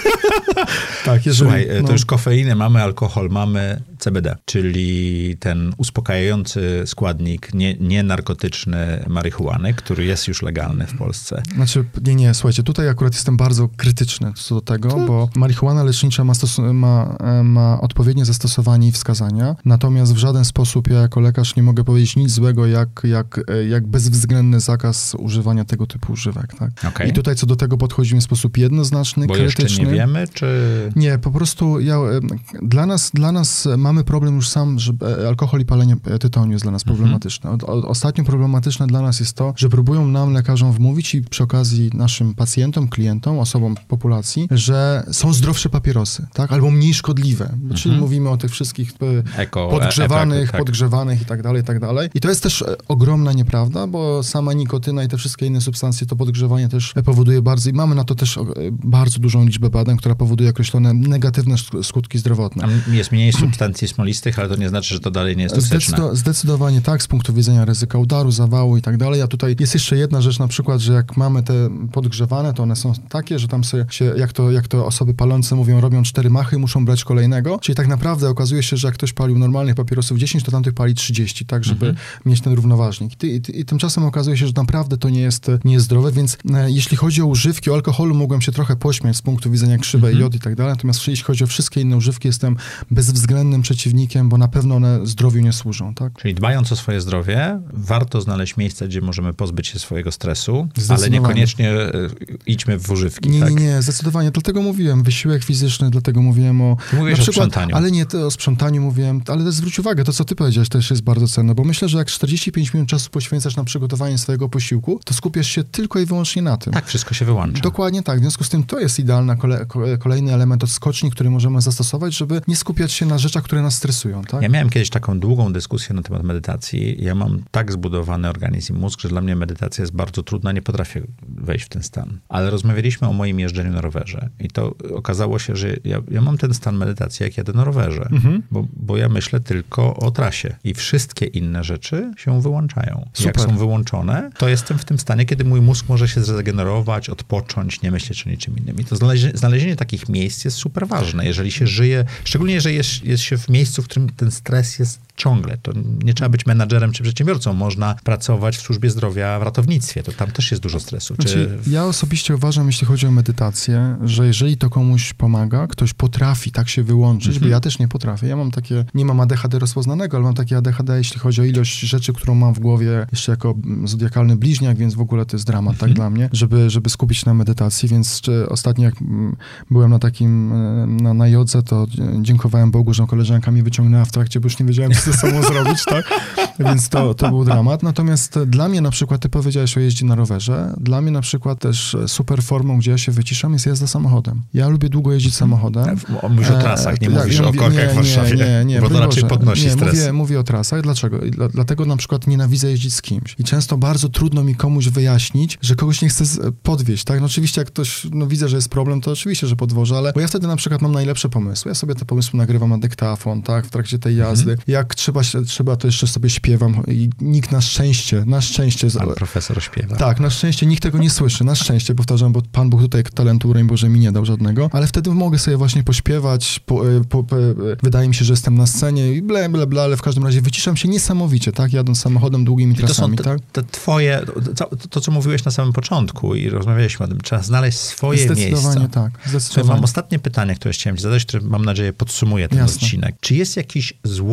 Tak, jeżeli, Słuchaj, no... to już kofeinę mamy, alkohol mamy, C B D, czyli ten uspokajający składnik nie, nie narkotyczny marihuany, który jest już legalny w Polsce. Znaczy, nie, nie, słuchajcie, tutaj akurat jestem bardzo krytyczny co do tego, to... bo marihuana lecznicza ma, stos- ma, ma odpowiednie zastosowanie i wskazania, natomiast w żaden sposób ja jako lekarz nie mogę powiedzieć nic złego, jak, jak, jak bezwzględny zakaz używania tego typu używek, tak? Okay. I tutaj co do tego podchodzimy w sposób jednoznaczny, bo krytyczny. Bo jeszcze nie wiemy, czy... Nie, po prostu ja, dla nas, dla nas mamy problem już sam, że alkohol i palenie tytoniu jest dla nas problematyczne. O, ostatnio problematyczne dla nas jest to, że próbują nam, lekarzom, wmówić i przy okazji naszym pacjentom, klientom, osobom populacji, że są zdrowsze papierosy, tak? Albo mniej szkodliwe. Mhm. Czyli mówimy o tych wszystkich Eko, podgrzewanych, e, tak. podgrzewanych i tak dalej, i tak dalej. I to jest też ogromna nieprawda, bo sama nikotyna i te wszystkie inne substancje, to podgrzewanie też powoduje bardzo, i mamy na to też bardzo dużą liczbę badań, która powoduje określone negatywne skutki zdrowotne. Tam jest mniej substancji smolistych, ale to nie znaczy, że to dalej nie jest toksyczne. Zdecydo- zdecydowanie tak, z punktu widzenia ryzyka udaru, zawału i tak dalej. A tutaj jest jeszcze jedna rzecz, na przykład, że jak mamy te podgrzewane, to one są takie, że tam sobie się, jak to, jak to osoby palące mówią, robią cztery machy i muszą brać kolejnego. Czyli tak naprawdę okazuje się, że jak ktoś palił normalnych papierosów dziesięć, to tamtych pali trzydzieści, tak, żeby mhm. mieć ten równoważnik. I, i, I tymczasem okazuje się, że naprawdę to nie jest, nie jest zdrowe, więc e, jeśli chodzi o używki, o alkoholu mogłem się trochę pośmiać z punktu widzenia krzywej mhm. jod i tak dalej, natomiast jeśli chodzi o wszystkie inne używki, jestem bezwzględnym przeciwnikiem, bo na pewno one zdrowiu nie służą, tak? Czyli dbając o swoje zdrowie, warto znaleźć miejsce, gdzie możemy pozbyć się swojego stresu, ale niekoniecznie idźmy w używki, nie, tak? Nie, nie, zdecydowanie. Dlatego mówiłem, wysiłek fizyczny, dlatego mówiłem o... Mówiłeś na przykład, o sprzątaniu. Ale nie, to o sprzątaniu mówiłem, ale zwróć uwagę, to co ty powiedziałeś też jest bardzo cenne, bo myślę, że jak czterdzieści pięć minut czasu poświęcasz na przygotowanie swojego posiłku, to skupiasz się tylko i wyłącznie na tym. Tak, wszystko się wyłącza. Dokładnie tak. W związku z tym to jest idealny kole, kolejny element odskoczni, który możemy zastosować, żeby nie skupiać się na rzeczach, które nas stresują, tak? Ja miałem kiedyś taką długą dyskusję na temat medytacji. Ja mam tak zbudowany organizm i mózg, że dla mnie medytacja jest bardzo trudna, nie potrafię wejść w ten stan. Ale rozmawialiśmy o moim jeżdżeniu na rowerze i to okazało się, że ja, ja mam ten stan medytacji, jak jadę na rowerze, mhm. bo, bo ja myślę tylko o trasie i wszystkie inne rzeczy się wyłączają. Super. Jak są wyłączone, to jestem w tym stanie, kiedy mój mózg może się zregenerować, odpocząć, nie myśleć o niczym innym. I to znalezienie, znalezienie takich miejsc jest super ważne, jeżeli się żyje, szczególnie jeżeli jest, jest się w miejscu, w którym ten stres jest ciągle. To nie trzeba być menadżerem czy przedsiębiorcą. Można pracować w służbie zdrowia, w ratownictwie. To tam też jest dużo stresu. Czy... Znaczy, ja osobiście uważam, jeśli chodzi o medytację, że jeżeli to komuś pomaga, ktoś potrafi tak się wyłączyć, mm-hmm. bo ja też nie potrafię. Ja mam takie, nie mam A D H D rozpoznanego, ale mam takie A D H D, jeśli chodzi o ilość rzeczy, którą mam w głowie, jeszcze jako zodiakalny bliźniak, więc w ogóle to jest dramat, mm-hmm. tak dla mnie, żeby, żeby skupić na medytacji, więc ostatnio jak byłem na takim, na, na jodze, to dziękowałem Bogu, że koleżanka mnie wyciągnęła w trakcie, bo już nie wiedziałem, co ze sobą zrobić, tak? Więc to, to był dramat. Natomiast dla mnie na przykład, ty powiedziałeś o jeździe na rowerze, dla mnie na przykład też super formą, gdzie ja się wyciszam, jest jazda samochodem. Ja lubię długo jeździć samochodem. Mówisz o trasach, nie e, mówisz ja, o korkach w Warszawie, nie, nie, nie, bo to raczej Boże, podnosi nie, stres. Mówię, mówię o trasach. Dlaczego? Dla, dlatego na przykład nienawidzę jeździć z kimś. I często bardzo trudno mi komuś wyjaśnić, że kogoś nie chcę podwieźć, tak? No oczywiście jak ktoś, no widzę, że jest problem, to oczywiście, że podwożę, ale bo ja wtedy na przykład mam najlepsze pomysły. Ja sobie te pomysły nagrywam na dyktafon, tak? W trakcie tej jazdy. Mhm. Jak trzeba, trzeba, to jeszcze sobie śpiewam i nikt na szczęście, na szczęście... Pan profesor śpiewa. Tak, na szczęście nikt tego nie słyszy. Na szczęście, powtarzam, bo Pan Bóg tutaj talentu, broń Boże, mi nie dał żadnego, ale wtedy mogę sobie właśnie pośpiewać, po, po, po, wydaje mi się, że jestem na scenie i ble, ble, ble, ale w każdym razie wyciszam się niesamowicie, tak? Jadąc samochodem długimi trasami, to są te, tak? te twoje, to, to, co mówiłeś na samym początku i rozmawialiśmy o tym, trzeba znaleźć swoje zdecydowanie miejsca. Zdecydowanie tak, zdecydowanie. Mam ostatnie pytanie, które chciałem ci zadać, które mam nadzieję podsumuje ten Jasne. odcinek. Czy jest jakiś złoty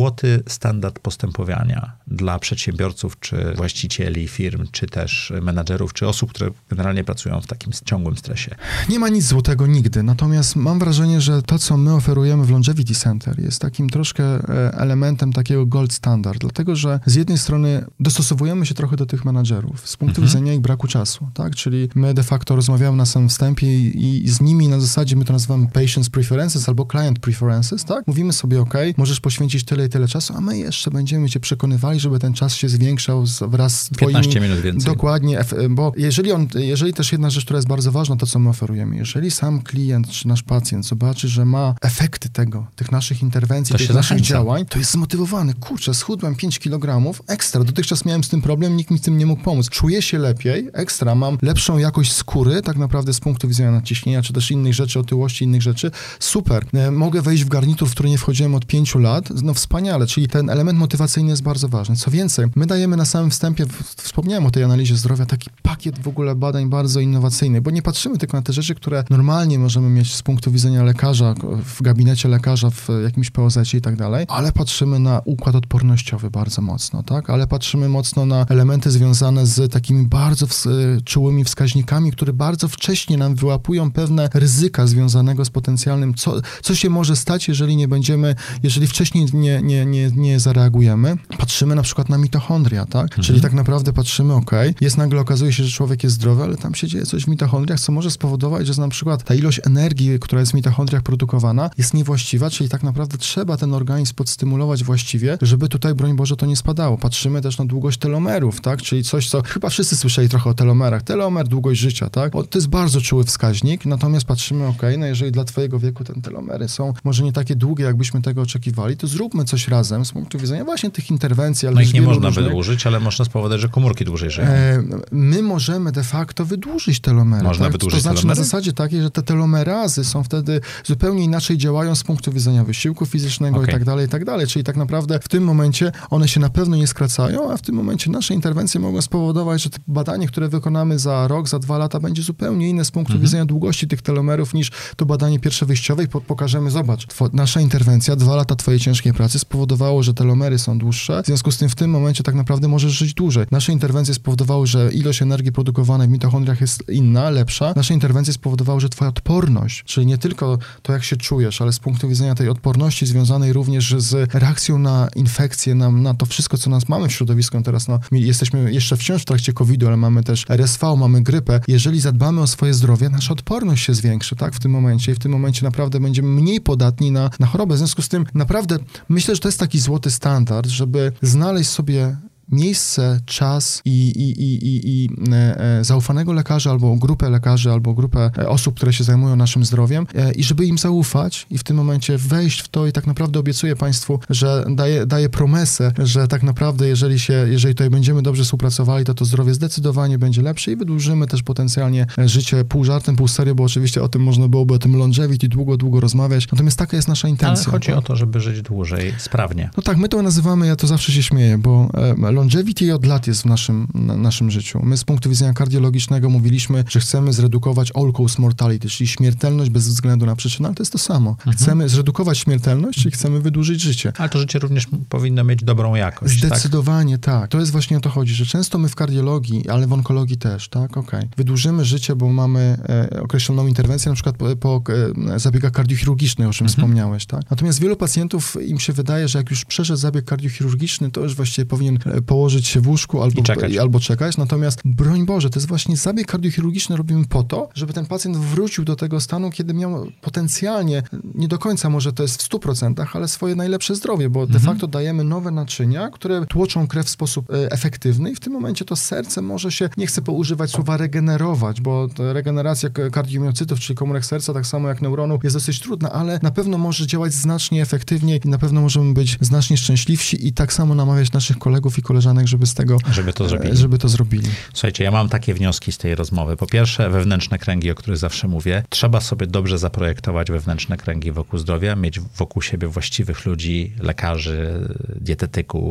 standard postępowania dla przedsiębiorców, czy właścicieli firm, czy też menadżerów, czy osób, które generalnie pracują w takim ciągłym stresie? Nie ma nic złotego nigdy, natomiast mam wrażenie, że to, co my oferujemy w Longevity Center, jest takim troszkę elementem takiego gold standard, dlatego, że z jednej strony dostosowujemy się trochę do tych menadżerów z punktu mhm. widzenia ich braku czasu, tak? Czyli my de facto rozmawiamy na samym wstępie i, i z nimi na zasadzie, my to nazywamy patient's preferences albo client preferences, tak? Mówimy sobie, ok, możesz poświęcić tyle i tyle czasu, a my jeszcze będziemy cię przekonywali, żeby ten czas się zwiększał z, wraz z twoimi... piętnaście minut więcej. Dokładnie, bo jeżeli on, jeżeli też jedna rzecz, która jest bardzo ważna, to co my oferujemy, jeżeli sam klient czy nasz pacjent zobaczy, że ma efekty tego, tych naszych interwencji, to tych naszych zachęca. działań, to jest zmotywowany. Kurczę, schudłem pięć kilogramów, ekstra, dotychczas miałem z tym problem, nikt mi z tym nie mógł pomóc. Czuję się lepiej, ekstra, mam lepszą jakość skóry, tak naprawdę z punktu widzenia nadciśnienia, czy też innych rzeczy, otyłości, innych rzeczy. Super. Mogę wejść w garnitur, w który nie wchodziłem od pięciu lat. No wspaniale, czyli ten element motywacyjny jest bardzo ważny. Co więcej, my dajemy na samym wstępie, wspomniałem o tej analizie zdrowia, taki pakiet w ogóle badań bardzo innowacyjny, bo nie patrzymy tylko na te rzeczy, które normalnie możemy mieć z punktu widzenia lekarza, w gabinecie lekarza, w jakimś P O Z-cie i tak dalej, ale patrzymy na układ odpornościowy bardzo mocno, tak? Ale patrzymy mocno na elementy związane z takimi bardzo ws- czułymi wskaźnikami, które bardzo wcześnie nam wyłapują pewne ryzyka związanego z potencjalnym, co, co się może stać, jeżeli nie będziemy, jeżeli wcześniej nie, nie, nie, nie zareagujemy. Patrzymy na przykład na mitochondria, tak? Mhm. Czyli tak naprawdę patrzymy, ok, jest nagle okazuje się, że człowiek jest zdrowy, ale tam się dzieje coś w mitochondriach, co może spowodować, że na przykład ta ilość energii, która jest w mitochondriach produkowana, jest niewłaściwa, czyli tak naprawdę trzeba ten organizm podstymulować właściwie, żeby tutaj, broń Boże, to nie spadało. Patrzymy też na długość telomerów, tak? Czyli coś, co chyba wszyscy słyszeli trochę o telomerach. Telomer, długość życia, tak? O, to jest bardzo czuły wskaźnik, natomiast patrzymy, ok, no jeżeli dla twojego wieku te telomery są może nie takie długie, jakbyśmy tego oczekiwali, to zróbmy coś razem z punktu widzenia właśnie tych interwencji. Ale no ich nie można różnych... wydłużyć, ale można spowodować, że komórki dłużej żyją. E, my możemy de facto wydłużyć telomery. Można tak? wydłużyć To znaczy telomery? na zasadzie takiej, że te telomerazy są wtedy zupełnie inaczej działają z punktu widzenia wysiłku fizycznego okay. i tak dalej, i tak dalej. Czyli tak naprawdę w tym momencie one się na pewno nie skracają, a w tym momencie nasze interwencje mogą spowodować, że to badanie, które wykonamy za rok, za dwa lata będzie zupełnie inne z punktu mhm. widzenia długości tych telomerów niż to badanie pierwsze wyjściowe i po, pokażemy, zobacz, two, nasza interwencja, dwa lata twojej ciężkiej pracy spowodowało, że telomery są dłuższe, w związku z tym w tym momencie tak naprawdę możesz żyć dłużej. Nasze interwencje spowodowały, że ilość energii produkowanej w mitochondriach jest inna, lepsza. Nasze interwencje spowodowały, że twoja odporność, czyli nie tylko to, jak się czujesz, ale z punktu widzenia tej odporności związanej również z reakcją na infekcje, na, na to wszystko, co nas mamy w środowisku. Teraz no, jesteśmy jeszcze wciąż w trakcie kowida, ale mamy też R S V, mamy grypę. Jeżeli zadbamy o swoje zdrowie, nasza odporność się zwiększy, tak, w tym momencie i w tym momencie naprawdę będziemy mniej podatni na, na chorobę. W związku z tym naprawdę myślę, że to jest taki złoty standard, żeby znaleźć sobie miejsce, czas i, i, i, i, i e, zaufanego lekarza, albo grupę lekarzy, albo grupę osób, które się zajmują naszym zdrowiem e, i żeby im zaufać i w tym momencie wejść w to i tak naprawdę obiecuję Państwu, że daję, daję promesę, że tak naprawdę jeżeli się, jeżeli tutaj będziemy dobrze współpracowali, to to zdrowie zdecydowanie będzie lepsze i wydłużymy też potencjalnie życie pół żartem, pół serio, bo oczywiście o tym można byłoby, o tym longevity długo, długo rozmawiać, natomiast taka jest nasza intencja. Ale chodzi tak? o to, żeby żyć dłużej, sprawnie. No tak, my to nazywamy, ja to zawsze się śmieję, bo e, longevity od lat jest w naszym, na, naszym życiu. My z punktu widzenia kardiologicznego mówiliśmy, że chcemy zredukować all-cause mortality, czyli śmiertelność bez względu na przyczynę, ale to jest to samo. Mhm. Chcemy zredukować śmiertelność i chcemy wydłużyć życie. Ale to życie również powinno mieć dobrą jakość, Zdecydowanie tak? tak. To jest właśnie o to chodzi, że często my w kardiologii, ale w onkologii też, tak, okej. Okay. Wydłużymy życie, bo mamy e, określoną interwencję, na przykład po, po e, zabiegach kardiochirurgicznych, o czym mhm. wspomniałeś, tak. Natomiast wielu pacjentów im się wydaje, że jak już przeszedł zabieg kardiochirurgiczny, to już właściwie powinien położyć się w łóżku albo czekać. albo czekać. Natomiast, broń Boże, to jest właśnie zabieg kardiochirurgiczny robimy po to, żeby ten pacjent wrócił do tego stanu, kiedy miał potencjalnie, nie do końca może to jest w stu procentach, ale swoje najlepsze zdrowie, bo mhm. de facto dajemy nowe naczynia, które tłoczą krew w sposób e, efektywny i w tym momencie to serce może się, nie chcę używać słowa regenerować, bo regeneracja kardiomiocytów, czyli komórek serca, tak samo jak neuronów, jest dosyć trudna, ale na pewno może działać znacznie efektywniej i na pewno możemy być znacznie szczęśliwsi i tak samo namawiać naszych kolegów i koleżanek, żeby z tego, żeby to zrobili. Żeby to zrobili. Słuchajcie, ja mam takie wnioski z tej rozmowy. Po pierwsze, wewnętrzne kręgi, o których zawsze mówię. Trzeba sobie dobrze zaprojektować wewnętrzne kręgi wokół zdrowia, mieć wokół siebie właściwych ludzi, lekarzy, dietetyków,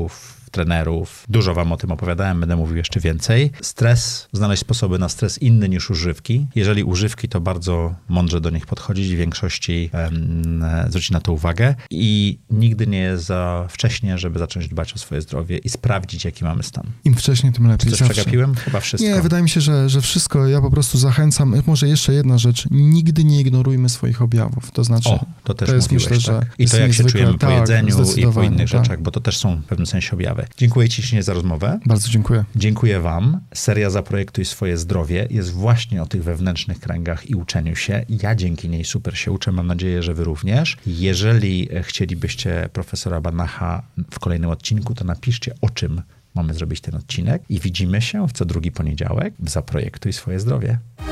trenerów. Dużo wam o tym opowiadałem, będę mówił jeszcze więcej. Stres, znaleźć sposoby na stres inny niż używki. Jeżeli używki, to bardzo mądrze do nich podchodzić i w większości um, zwrócić na to uwagę. I nigdy nie jest za wcześnie, żeby zacząć dbać o swoje zdrowie i sprawdzić, jaki mamy stan. Im wcześniej, tym lepiej. Coś zawsze. Przegapiłem? Chyba wszystko. Nie, wydaje mi się, że, że wszystko. Ja po prostu zachęcam. Może jeszcze jedna rzecz. Nigdy nie ignorujmy swoich objawów. To znaczy, o, to też to jest, mówiłeś, myślę, tak. że I to jak się czujemy tak, po jedzeniu i po innych tak. rzeczach, bo to też są w pewnym sensie objawy. Dziękuję ci ślicznie za rozmowę. Bardzo dziękuję. Dziękuję wam. Seria Zaprojektuj swoje zdrowie jest właśnie o tych wewnętrznych kręgach i uczeniu się. Ja dzięki niej super się uczę. Mam nadzieję, że wy również. Jeżeli chcielibyście profesora Banacha w kolejnym odcinku, to napiszcie, o czym mamy zrobić ten odcinek i widzimy się w co drugi poniedziałek w Zaprojektuj swoje zdrowie.